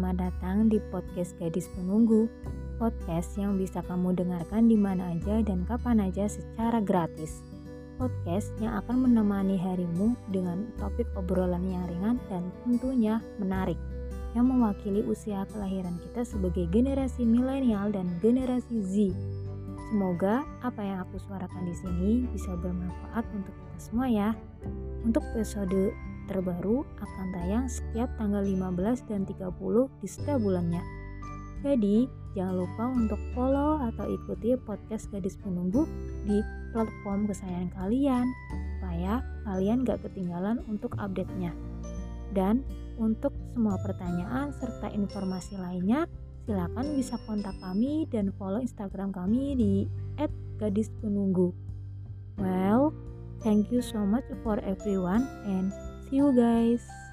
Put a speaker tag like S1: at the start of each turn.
S1: selamat datang di podcast Gadis Penunggu. Podcast yang bisa kamu dengarkan di mana aja dan kapan aja secara gratis. Podcast yang akan menemani harimu dengan topik obrolan yang ringan dan tentunya menarik, yang mewakili usia kelahiran kita sebagai generasi milenial dan generasi Z. Semoga apa yang aku suarakan di sini bisa bermanfaat untuk kita semua ya. Untuk episode terbaru akan tayang setiap tanggal 15 dan 30 di setiap bulannya. Jadi, jangan lupa untuk follow atau ikuti podcast Gadis Penunggu di platform kesayangan kalian supaya kalian gak ketinggalan untuk update-nya. Dan untuk semua pertanyaan serta informasi lainnya, silakan bisa kontak kami dan follow Instagram kami di @gadispenunggu. Well, thank you so much for everyone and see you guys.